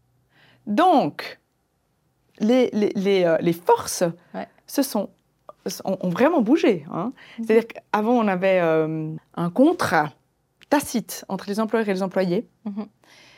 Donc, les, les, les, euh, les forces ouais. se sont, ont, ont vraiment bougé. Hein. Mm-hmm. C'est-à-dire qu'avant, on avait euh, un contrat tacite entre les employeurs et les employés. Mm-hmm.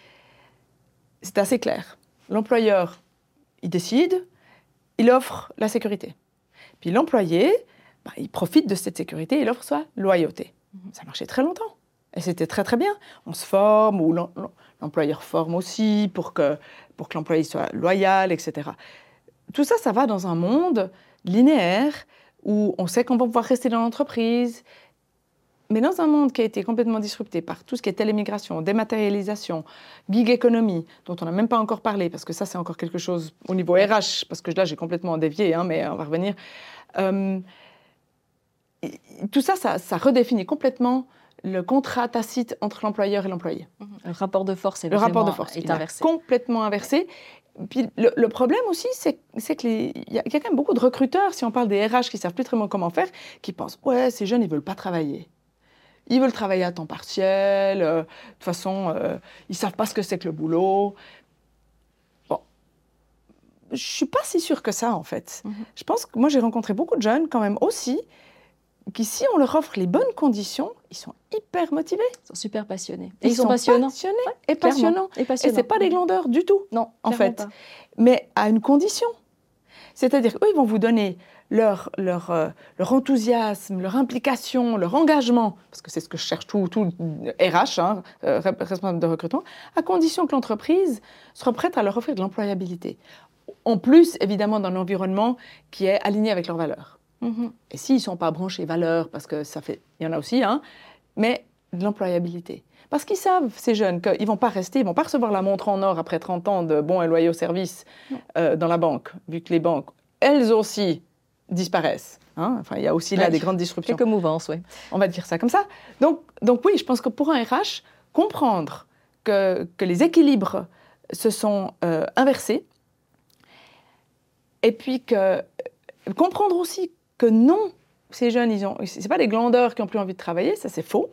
C'est assez clair. L'employeur, il décide, il offre la sécurité. Puis l'employé, bah, il profite de cette sécurité, il offre sa loyauté. Mm-hmm. Ça marchait très longtemps. Et c'était très, très bien. On se forme, ou l'employeur forme aussi pour que, pour que l'employé soit loyal, et cetera. Tout ça, ça va dans un monde linéaire où on sait qu'on va pouvoir rester dans l'entreprise. Mais dans un monde qui a été complètement disrupté par tout ce qui est télémigration, dématérialisation, gig economy, dont on n'a même pas encore parlé, parce que ça, c'est encore quelque chose au niveau R H, parce que là, j'ai complètement dévié, hein, mais on va revenir. Euh, tout ça, ça, ça redéfinit complètement le contrat tacite entre l'employeur et l'employé. Le rapport de force est, le rapport de force, est inversé. Complètement inversé. Puis le, le problème aussi, c'est, c'est qu'il y, y a quand même beaucoup de recruteurs, si on parle des R H qui ne savent plus très bien comment faire, qui pensent « Ouais, ces jeunes, ils ne veulent pas travailler. » Ils veulent travailler à temps partiel, euh, de toute façon, euh, ils ne savent pas ce que c'est que le boulot. Bon. je ne suis pas si sûre que ça, en fait. Mhm. Je pense que moi, j'ai rencontré beaucoup de jeunes, quand même aussi, qui, si on leur offre les bonnes conditions, ils sont hyper motivés. Ils sont super passionnés. Et Et ils, sont, passionnants. passionnés Ouais, et clairement. passionnants. Et Et passionnants. ce n'est pas des glandeurs du tout, Non, en clairement fait. pas. Mais à une condition. C'est-à-dire qu'eux, ils vont vous donner leur, leur, euh, leur enthousiasme, leur implication, leur engagement, parce que c'est ce que je cherche tout, tout R H, hein, euh, responsable de recrutement, à condition que l'entreprise soit prête à leur offrir de l'employabilité. En plus, évidemment, dans un environnement qui est aligné avec leurs valeurs. Mm-hmm. Et s'ils ne sont pas branchés valeurs, parce que ça fait, il y en a aussi, hein, mais de l'employabilité. Parce qu'ils savent, ces jeunes, qu'ils ne vont pas rester, ils ne vont pas recevoir la montre en or après trente ans de bons et loyaux services euh, dans la banque, vu que les banques, elles aussi, disparaissent. Hein. Enfin, il y a aussi là Ouais. des grandes disruptions. Quelques mouvances, oui. On va dire ça comme ça. Donc, donc oui, je pense que pour un R H, comprendre que, que les équilibres se sont euh, inversés, et puis que, comprendre aussi que non, ces jeunes, ils ont, c'est pas des glandeurs qui n'ont plus envie de travailler, ça c'est faux.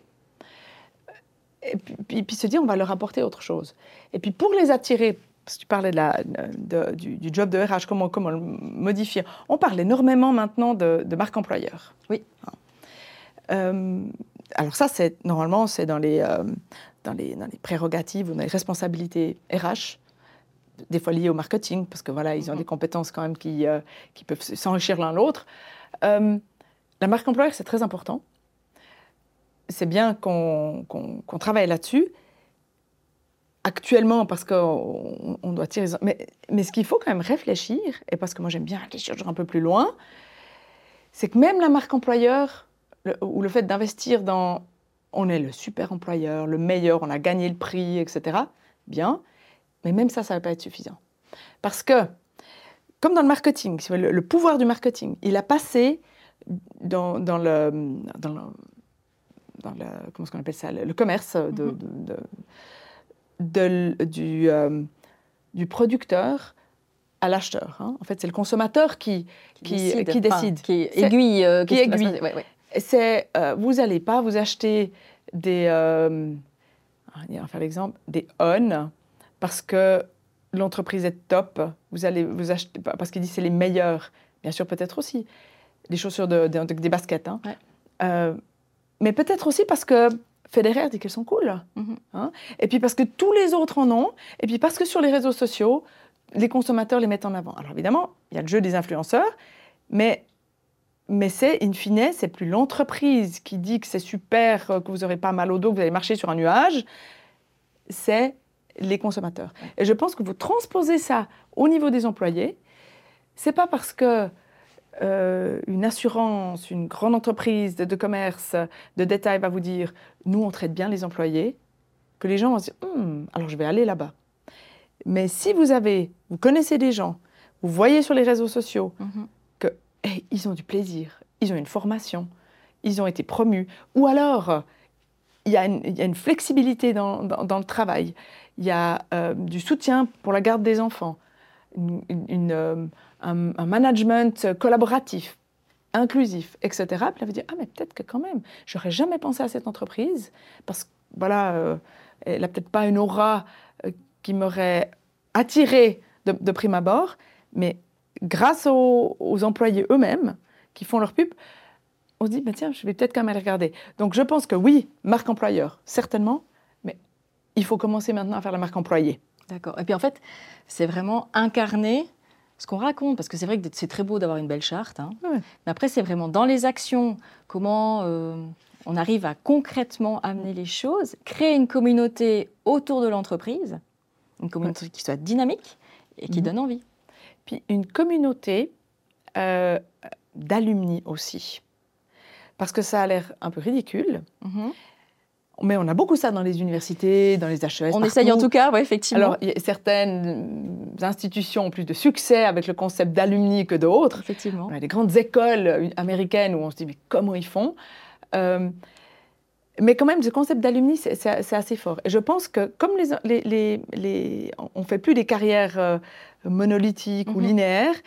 Et puis, puis, puis se dire, on va leur apporter autre chose. Et puis pour les attirer, parce que tu parlais de la, de, du, du job de R H, comment, comment le modifier, on parle énormément maintenant de, de marque employeur. Oui. Euh, alors ça, c'est, normalement, c'est dans les, euh, dans, les, dans les prérogatives ou dans les responsabilités R H, des fois liées au marketing, parce que voilà, ils ont mm-hmm. des compétences quand même qui, euh, qui peuvent s'enrichir l'un l'autre. Euh, la marque employeur, c'est très important. C'est bien qu'on, qu'on, qu'on travaille là-dessus. Actuellement, parce qu'on on doit tirer... Mais, mais ce qu'il faut quand même réfléchir, et parce que moi j'aime bien réfléchir un peu plus loin, c'est que même la marque employeur, le, ou le fait d'investir dans... On est le super employeur, le meilleur, on a gagné le prix, et cetera. Bien, mais même ça, ça ne va pas être suffisant. Parce que, comme dans le marketing, le, le pouvoir du marketing, il a passé dans, dans le... Dans le dans le, comment est-ce qu'on appelle ça, le, le commerce de, mm-hmm. de, de, de, du, euh, du producteur à l'acheteur. Hein. En fait, c'est le consommateur qui, qui, qui décide. Qui, décide. Enfin, qui aiguille. Euh, qui aiguille. Ouais, ouais. C'est, euh, vous n'allez pas vous acheter des, euh, on va faire l'exemple, des On, parce que l'entreprise est top. Vous allez vous acheter, parce qu'il dit c'est les meilleurs. Bien sûr, peut-être aussi. Des chaussures, de, de, de, des baskets. Hein. Ouais. Euh, Mais peut-être aussi parce que Federer dit qu'elles sont cool. Mm-hmm. Hein, et puis parce que tous les autres en ont. Et puis parce que sur les réseaux sociaux, les consommateurs les mettent en avant. Alors évidemment, il y a le jeu des influenceurs. Mais, mais c'est, in fine, c'est plus l'entreprise qui dit que c'est super, que vous n'aurez pas mal au dos, que vous allez marcher sur un nuage. C'est les consommateurs. Ouais. Et je pense que vous transposez ça au niveau des employés. Ce n'est pas parce que Euh, une assurance, une grande entreprise de, de commerce, de détail va vous dire « nous, on traite bien les employés », que les gens vont se dire hm, « alors je vais aller là-bas ». Mais si vous avez, vous connaissez des gens, vous voyez sur les réseaux sociaux mm-hmm. que hey, ils ont du plaisir, ils ont une formation, ils ont été promus, ou alors il y a une, il y a une flexibilité dans, dans, dans le travail, il y a euh, du soutien pour la garde des enfants, une... une, une euh, Un, un management collaboratif, inclusif, et cetera. Puis elle va dire, ah mais peut-être que quand même, j'aurais jamais pensé à cette entreprise, parce que voilà, euh, elle n'a peut-être pas une aura euh, qui m'aurait attirée de, de prime abord, mais grâce aux, aux employés eux-mêmes, qui font leur pub, on se dit, bah, tiens, je vais peut-être quand même aller regarder. Donc je pense que oui, marque employeur, certainement, mais il faut commencer maintenant à faire la marque employée. D'accord. Et puis en fait, c'est vraiment incarner ce qu'on raconte, parce que c'est vrai que c'est très beau d'avoir une belle charte, hein. Ouais. Mais après, c'est vraiment dans les actions, comment euh, on arrive à concrètement amener les choses, créer une communauté autour de l'entreprise, une communauté ouais. qui soit dynamique et qui mmh. donne envie. Puis une communauté euh, d'alumni aussi, parce que ça a l'air un peu ridicule, mmh. mais on a beaucoup ça dans les universités, dans les H E S. On partout. essaye en tout cas, oui, effectivement. Alors, il y a certaines institutions ont plus de succès avec le concept d'alumni que d'autres. Effectivement. On a des grandes écoles américaines où on se dit, mais comment ils font euh, Mais quand même, ce concept d'alumni, c'est, c'est, c'est assez fort. Et je pense que comme les, les, les, les, on ne fait plus des carrières euh, monolithiques mm-hmm. ou linéaires,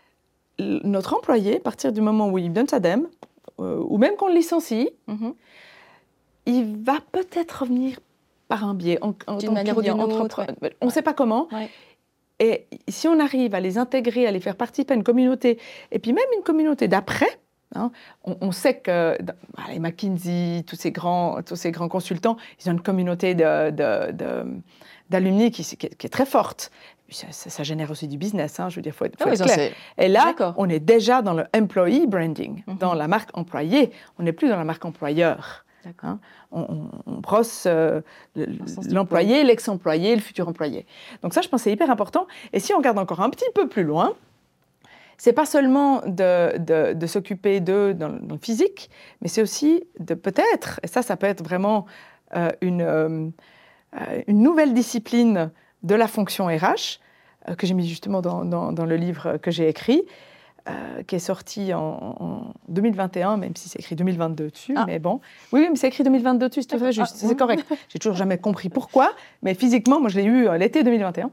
notre employé, à partir du moment où il donne sa dème, euh, ou même qu'on le licencie, mm-hmm. il va peut-être revenir par un biais. En, en d'une manière ou d'une autre. Ouais. On ne sait pas comment. Ouais. Et si on arrive à les intégrer, à les faire participer à une communauté, et puis même une communauté d'après, hein, on, on sait que bah, les McKinsey, tous ces grands, tous ces grands consultants, ils ont une communauté de, de, de, d'alumni qui, qui, qui est très forte. Ça, ça, ça génère aussi du business, hein, je veux dire, il faut être, faut ah, être oui, clair. Et là, D'accord. on est déjà dans le employee branding, Mm-hmm. dans la marque employée. On n'est plus dans la marque employeur. Hein. On, on, on brosse euh, le, l'employé, l'ex-employé, le futur employé. Donc ça, je pense que c'est hyper important. Et si on regarde encore un petit peu plus loin, c'est pas seulement de, de, de s'occuper d'eux dans, dans le physique, mais c'est aussi de peut-être, et ça, ça peut être vraiment euh, une, euh, une nouvelle discipline de la fonction R H, euh, que j'ai mis justement dans, dans, dans le livre que j'ai écrit, euh, qui est sorti en, en deux mille vingt et un, même si c'est écrit deux mille vingt-deux dessus, ah. mais bon. Oui, oui, mais c'est écrit deux mille vingt-deux dessus, c'est tout à fait juste, ah, c'est correct. J'ai toujours jamais compris pourquoi, mais physiquement, moi, je l'ai eu l'été deux mille vingt et un.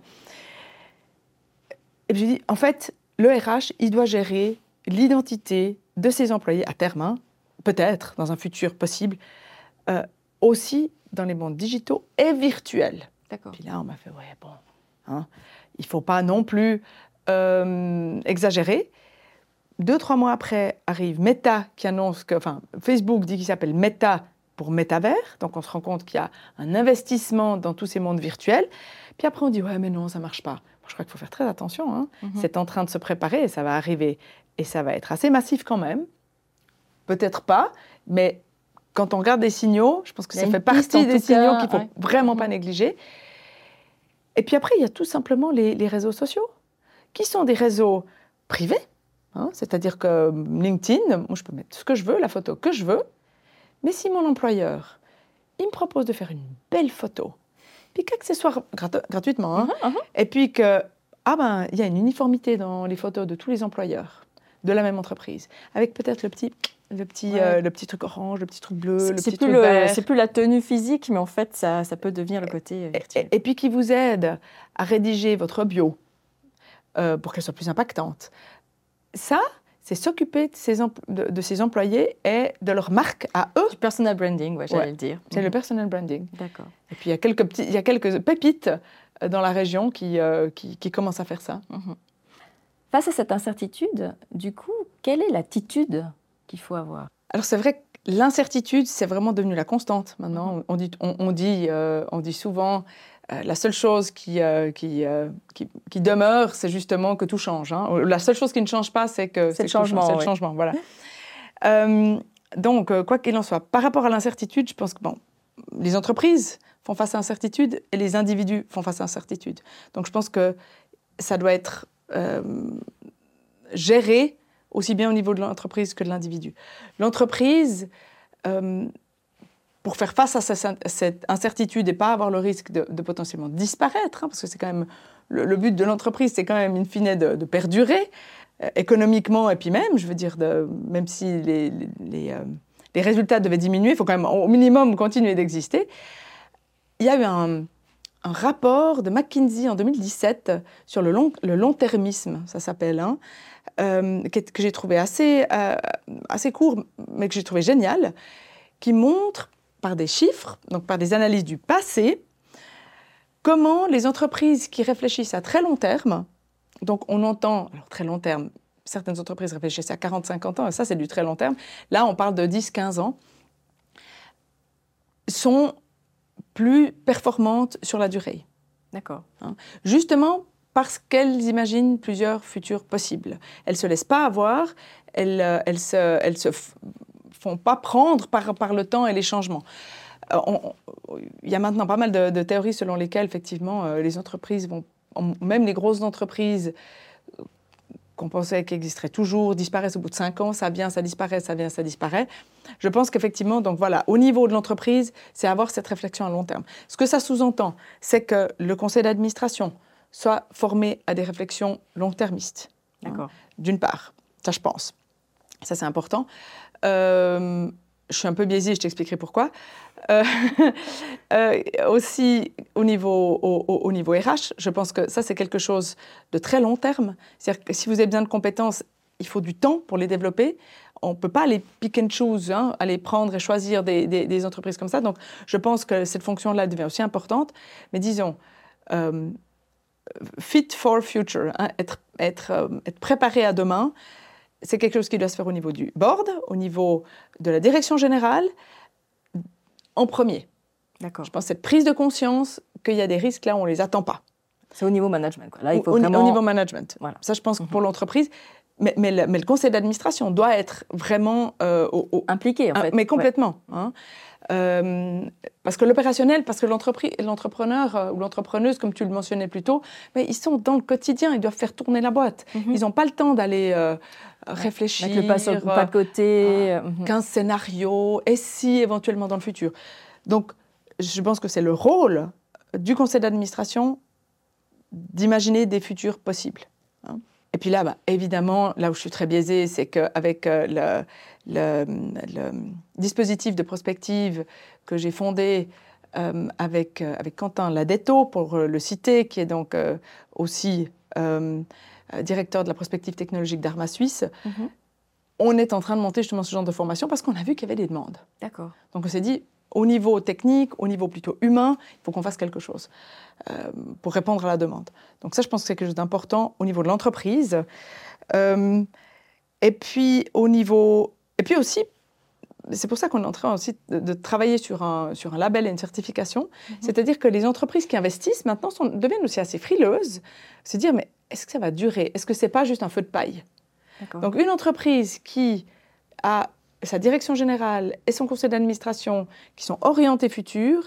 Et puis j'ai dit, en fait, le R H, il doit gérer l'identité de ses employés à terme, hein, peut-être dans un futur possible, euh, aussi dans les mondes digitaux et virtuels. D'accord. Puis là, on m'a fait, ouais, bon, hein, il ne faut pas non plus euh, exagérer. Deux, trois mois après, arrive Meta qui annonce que, enfin, Facebook dit qu'il s'appelle Meta pour métavers, donc on se rend compte qu'il y a un investissement dans tous ces mondes virtuels. Puis après, on dit, ouais, mais non, ça ne marche pas. Je crois qu'il faut faire très attention. Hein. Mm-hmm. C'est en train de se préparer et ça va arriver. Et ça va être assez massif quand même. Peut-être pas, mais quand on regarde des signaux, je pense que ça fait partie des signaux qu'il ne faut ouais. vraiment mm-hmm. pas négliger. Et puis après, il y a tout simplement les, les réseaux sociaux, qui sont des réseaux privés. Hein, c'est-à-dire que LinkedIn, moi, je peux mettre ce que je veux, la photo que je veux. Mais si mon employeur, il me propose de faire une belle photo, puis qu'accessoire grat- gratuitement, hein, uh-huh, uh-huh. et puis que ah ben il y a une uniformité dans les photos de tous les employeurs de la même entreprise, avec peut-être le petit le petit ouais. euh, le petit truc orange, le petit truc bleu, c'est, le c'est petit plus truc le, vert. C'est plus la tenue physique, mais en fait ça ça peut devenir le côté virtuel. Et, et, et puis qui vous aide à rédiger votre bio euh, pour qu'elle soit plus impactante. Ça, c'est s'occuper de ces, empl- de, de ces employés et de leur marque à eux. Du personal branding, ouais, j'allais ouais. le dire. C'est mmh. le personal branding. D'accord. Et puis il y a quelques petits, il y a quelques pépites dans la région qui, euh, qui, qui commencent à faire ça. Mmh. Face à cette incertitude, du coup, quelle est l'attitude qu'il faut avoir ? Alors c'est vrai que l'incertitude, c'est vraiment devenu la constante maintenant. Mmh. On dit, on, on dit, euh, on dit souvent. Euh, la seule chose qui, euh, qui, euh, qui, qui demeure, c'est justement que tout change. Hein. La seule chose qui ne change pas, c'est que c'est, c'est le changement. C'est oui. le changement, voilà. euh, donc, euh, quoi qu'il en soit, par rapport à l'incertitude, je pense que bon, les entreprises font face à l'incertitude et les individus font face à l'incertitude. Donc, je pense que ça doit être euh, géré aussi bien au niveau de l'entreprise que de l'individu. L'entreprise... Euh, pour faire face à cette incertitude et pas avoir le risque de, de potentiellement disparaître, hein, parce que c'est quand même le, le but de l'entreprise, c'est quand même in fine de, de perdurer euh, économiquement et puis même, je veux dire, de, même si les, les, les, euh, les résultats devaient diminuer, il faut quand même au minimum continuer d'exister. Il y a eu un, un rapport de McKinsey en deux mille dix-sept sur le, long, le long-termisme, ça s'appelle, hein, euh, que, que j'ai trouvé assez, euh, assez court, mais que j'ai trouvé génial, qui montre par des chiffres, donc par des analyses du passé, comment les entreprises qui réfléchissent à très long terme, donc on entend, alors très long terme, certaines entreprises réfléchissent à quarante à cinquante ans, et ça c'est du très long terme, là on parle de dix à quinze ans, sont plus performantes sur la durée. D'accord. Hein, justement parce qu'elles imaginent plusieurs futurs possibles. Elles ne se laissent pas avoir, elles, elles se... Elles se font pas prendre par, par le temps et les changements. Euh, on, on, il y a maintenant pas mal de, de théories selon lesquelles, effectivement, euh, les entreprises vont, même les grosses entreprises euh, qu'on pensait qu'elles existeraient toujours, disparaissent au bout de cinq ans, ça vient, ça disparaît, ça vient, ça disparaît. Je pense qu'effectivement, donc voilà, au niveau de l'entreprise, c'est avoir cette réflexion à long terme. Ce que ça sous-entend, c'est que le conseil d'administration soit formé à des réflexions long-termistes. D'accord. Hein, d'une part, ça je pense. Ça, c'est important. Euh, je suis un peu biaisée, je t'expliquerai pourquoi. Euh, euh, aussi, au niveau, au, au niveau R H, je pense que ça, c'est quelque chose de très long terme. C'est-à-dire que si vous avez besoin de compétences, il faut du temps pour les développer. On ne peut pas aller pick and choose, hein, aller prendre et choisir des, des, des entreprises comme ça. Donc, je pense que cette fonction-là devient aussi importante. Mais disons, euh, fit for future, hein, être, être, euh, être préparé à demain, c'est quelque chose qui doit se faire au niveau du board, au niveau de la direction générale, en premier. D'accord. Je pense cette prise de conscience qu'il y a des risques là où on ne les attend pas. C'est au niveau management, quoi. Là, il faut au, vraiment... au niveau management. Voilà. Ça, je pense que Mm-hmm. pour l'entreprise, mais, mais, le, mais le conseil d'administration doit être vraiment euh, au, au, impliqué, en fait. Mais complètement. Ouais. Hein. Euh, parce que l'opérationnel, parce que l'entrepreneur euh, ou l'entrepreneuse, comme tu le mentionnais plus tôt, mais ils sont dans le quotidien, ils doivent faire tourner la boîte. Mm-hmm. Ils n'ont pas le temps d'aller euh, ouais. réfléchir. Mettre le pas, sur, pas de côté. Euh, mm-hmm. quinze scénarios, et si éventuellement dans le futur. Donc, je pense que c'est le rôle du conseil d'administration d'imaginer des futurs possibles. Hein. Et puis là, bah, évidemment, là où je suis très biaisée, c'est qu'avec euh, le, le, le dispositif de prospective que j'ai fondé euh, avec, euh, avec Quentin Ladetto, pour le citer, qui est donc euh, aussi euh, directeur de la prospective technologique d'Arma Suisse, mm-hmm. on est en train de monter justement ce genre de formation parce qu'on a vu qu'il y avait des demandes. D'accord. Donc on s'est dit, au niveau technique, au niveau plutôt humain, il faut qu'on fasse quelque chose euh, pour répondre à la demande. Donc ça, je pense que c'est quelque chose d'important au niveau de l'entreprise. Euh, et puis au niveau... Et puis aussi, c'est pour ça qu'on est en train aussi de, de travailler sur un, sur un label et une certification. Mm-hmm. C'est-à-dire que les entreprises qui investissent maintenant sont, deviennent aussi assez frileuses. Se dire, mais est-ce que ça va durer? Est-ce que ce n'est pas juste un feu de paille? D'accord. Donc une entreprise qui a sa direction générale et son conseil d'administration qui sont orientés futurs,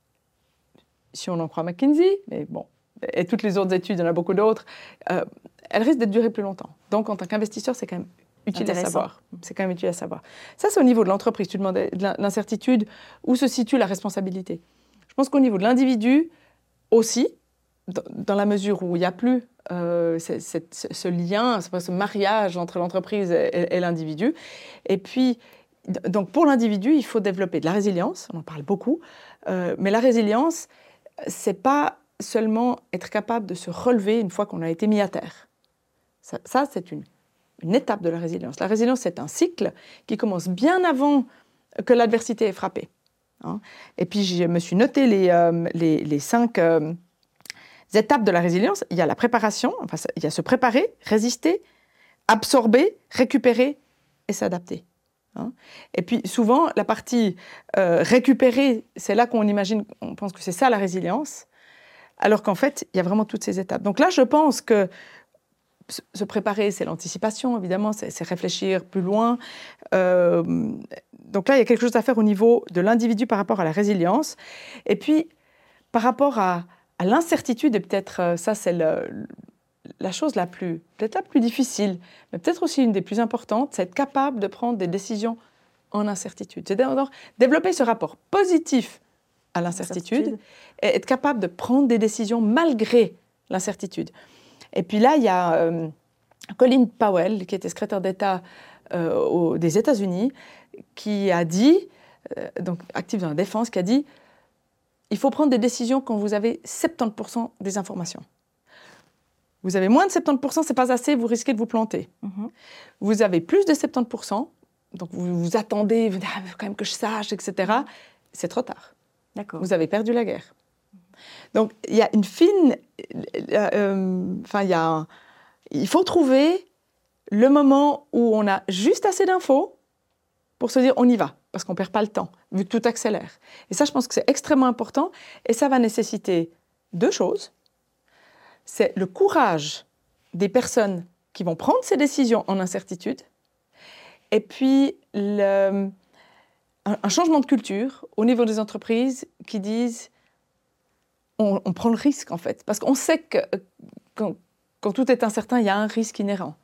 si on en croit McKinsey, mais bon, et toutes les autres études, il y en a beaucoup d'autres, euh, elles risquent de durer plus longtemps. Donc, en tant qu'investisseur, c'est quand même utile à savoir. C'est quand même utile à savoir. Ça, c'est au niveau de l'entreprise. Tu demandais de l'incertitude, où se situe la responsabilité. Je pense qu'au niveau de l'individu aussi, dans la mesure où il n'y a plus euh, c- c- ce lien, ce mariage entre l'entreprise et, et l'individu. Et puis, donc pour l'individu, il faut développer de la résilience, on en parle beaucoup, euh, mais la résilience, ce n'est pas seulement être capable de se relever une fois qu'on a été mis à terre. Ça, ça c'est une, une étape de la résilience. La résilience, c'est un cycle qui commence bien avant que l'adversité ait frappé. Hein. Et puis, je me suis noté les, euh, les, les cinq... Euh, étapes de la résilience. Il y a la préparation, enfin, il y a se préparer, résister, absorber, récupérer et s'adapter. Hein. Et puis souvent, la partie euh, récupérer, c'est là qu'on imagine, on pense que c'est ça la résilience, alors qu'en fait, il y a vraiment toutes ces étapes. Donc là, je pense que se préparer, c'est l'anticipation, évidemment, c'est, c'est réfléchir plus loin. Euh, donc là, il y a quelque chose à faire au niveau de l'individu par rapport à la résilience. Et puis, par rapport à à l'incertitude, et peut-être euh, ça, c'est le, la chose la plus, peut-être la plus difficile, mais peut-être aussi une des plus importantes, c'est être capable de prendre des décisions en incertitude. C'est d'abord développer ce rapport positif à l'incertitude et être capable de prendre des décisions malgré l'incertitude. Et puis là, il y a euh, Colin Powell, qui était secrétaire d'État euh, au, des États-Unis, qui a dit, euh, donc actif dans la défense, qui a dit il faut prendre des décisions quand vous avez soixante-dix pour cent des informations. Vous avez moins de soixante-dix pour cent, ce n'est pas assez, vous risquez de vous planter. Mm-hmm. Vous avez plus de soixante-dix pour cent, donc vous vous attendez, vous dites, ah, il faut quand même que je sache, et cetera. Mm-hmm. C'est trop tard. D'accord. Vous avez perdu la guerre. Donc, il y a une fine... Euh, enfin, il y a un, il faut trouver le moment où on a juste assez d'infos pour se dire, on y va. Parce qu'on ne perd pas le temps, vu que tout accélère. Et ça, je pense que c'est extrêmement important. Et ça va nécessiter deux choses. C'est le courage des personnes qui vont prendre ces décisions en incertitude. Et puis, le, un, un changement de culture au niveau des entreprises qui disent on, on prend le risque, en fait. Parce qu'on sait que quand, quand tout est incertain, il y a un risque inhérent.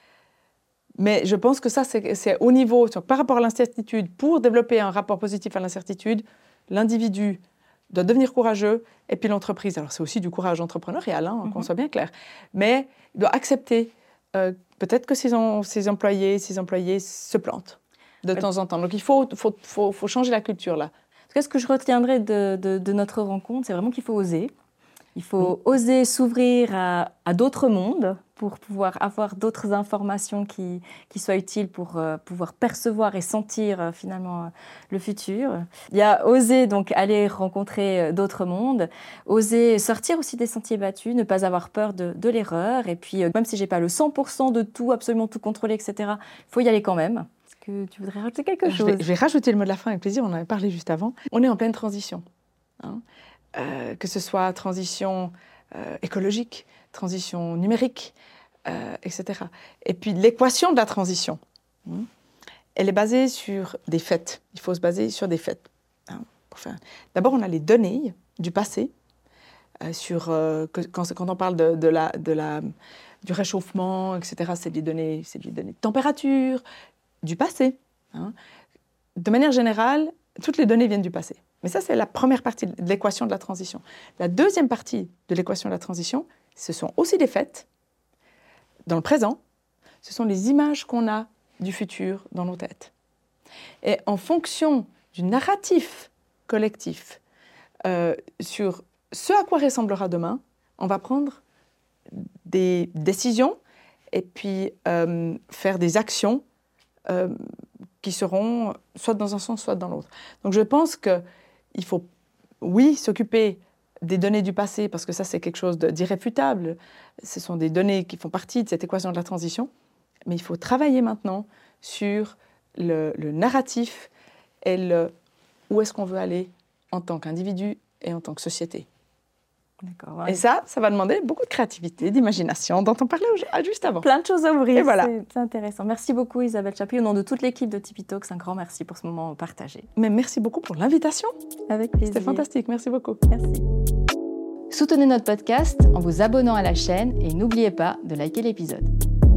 Mais je pense que ça, c'est, c'est au niveau, donc, par rapport à l'incertitude, pour développer un rapport positif à l'incertitude, l'individu doit devenir courageux, et puis l'entreprise, alors c'est aussi du courage entrepreneurial, hein, mm-hmm. qu'on soit bien clair, mais il doit accepter euh, peut-être que ses, en, ses employés, ses employés se plantent de ouais. temps en temps. Donc il faut, faut, faut, faut changer la culture là. En tout cas, ce que je retiendrai de, de, de notre rencontre, c'est vraiment qu'il faut oser. Il faut oui. oser s'ouvrir à, à d'autres mondes pour pouvoir avoir d'autres informations qui, qui soient utiles pour euh, pouvoir percevoir et sentir euh, finalement euh, le futur. Il y a oser donc aller rencontrer euh, d'autres mondes, oser sortir aussi des sentiers battus, ne pas avoir peur de, de l'erreur. Et puis, euh, même si j'ai pas le cent pour cent de tout, absolument tout contrôler, et cetera, il faut y aller quand même. Est-ce que tu voudrais rajouter quelque chose? je vais, je vais rajouter le mot de la fin avec plaisir, on en avait parlé juste avant. On est en pleine transition. Hein. Euh, que ce soit transition euh, écologique, transition numérique, euh, et cetera. Et puis l'équation de la transition, hein, elle est basée sur des faits. Il faut se baser sur des faits. Hein, pour faire... D'abord, on a les données du passé. Euh, sur, euh, que, quand, quand on parle de, de la, de la, du réchauffement, et cetera, c'est des données, c'est des données de température, du passé. Hein. De manière générale, toutes les données viennent du passé. Mais ça, c'est la première partie de l'équation de la transition. La deuxième partie de l'équation de la transition, ce sont aussi des faits dans le présent. Ce sont les images qu'on a du futur dans nos têtes. Et en fonction du narratif collectif euh, sur ce à quoi ressemblera demain, on va prendre des décisions et puis euh, faire des actions euh, qui seront soit dans un sens, soit dans l'autre. Donc je pense qu'il faut, oui, s'occuper des données du passé, parce que ça, c'est quelque chose d'irréfutable. Ce sont des données qui font partie de cette équation de la transition. Mais il faut travailler maintenant sur le, le narratif et le, où est-ce qu'on veut aller en tant qu'individu et en tant que société. D'accord, ouais. Et ça, ça va demander beaucoup de créativité, d'imagination, dont on parlait juste avant. Plein de choses à ouvrir, et voilà. c'est intéressant. Merci beaucoup Isabelle Chapuis. Au nom de toute l'équipe de Tipeee Talks, un grand merci pour ce moment partagé. Mais merci beaucoup pour l'invitation. Avec plaisir. C'était fantastique, merci beaucoup. Merci. Soutenez notre podcast en vous abonnant à la chaîne et n'oubliez pas de liker l'épisode.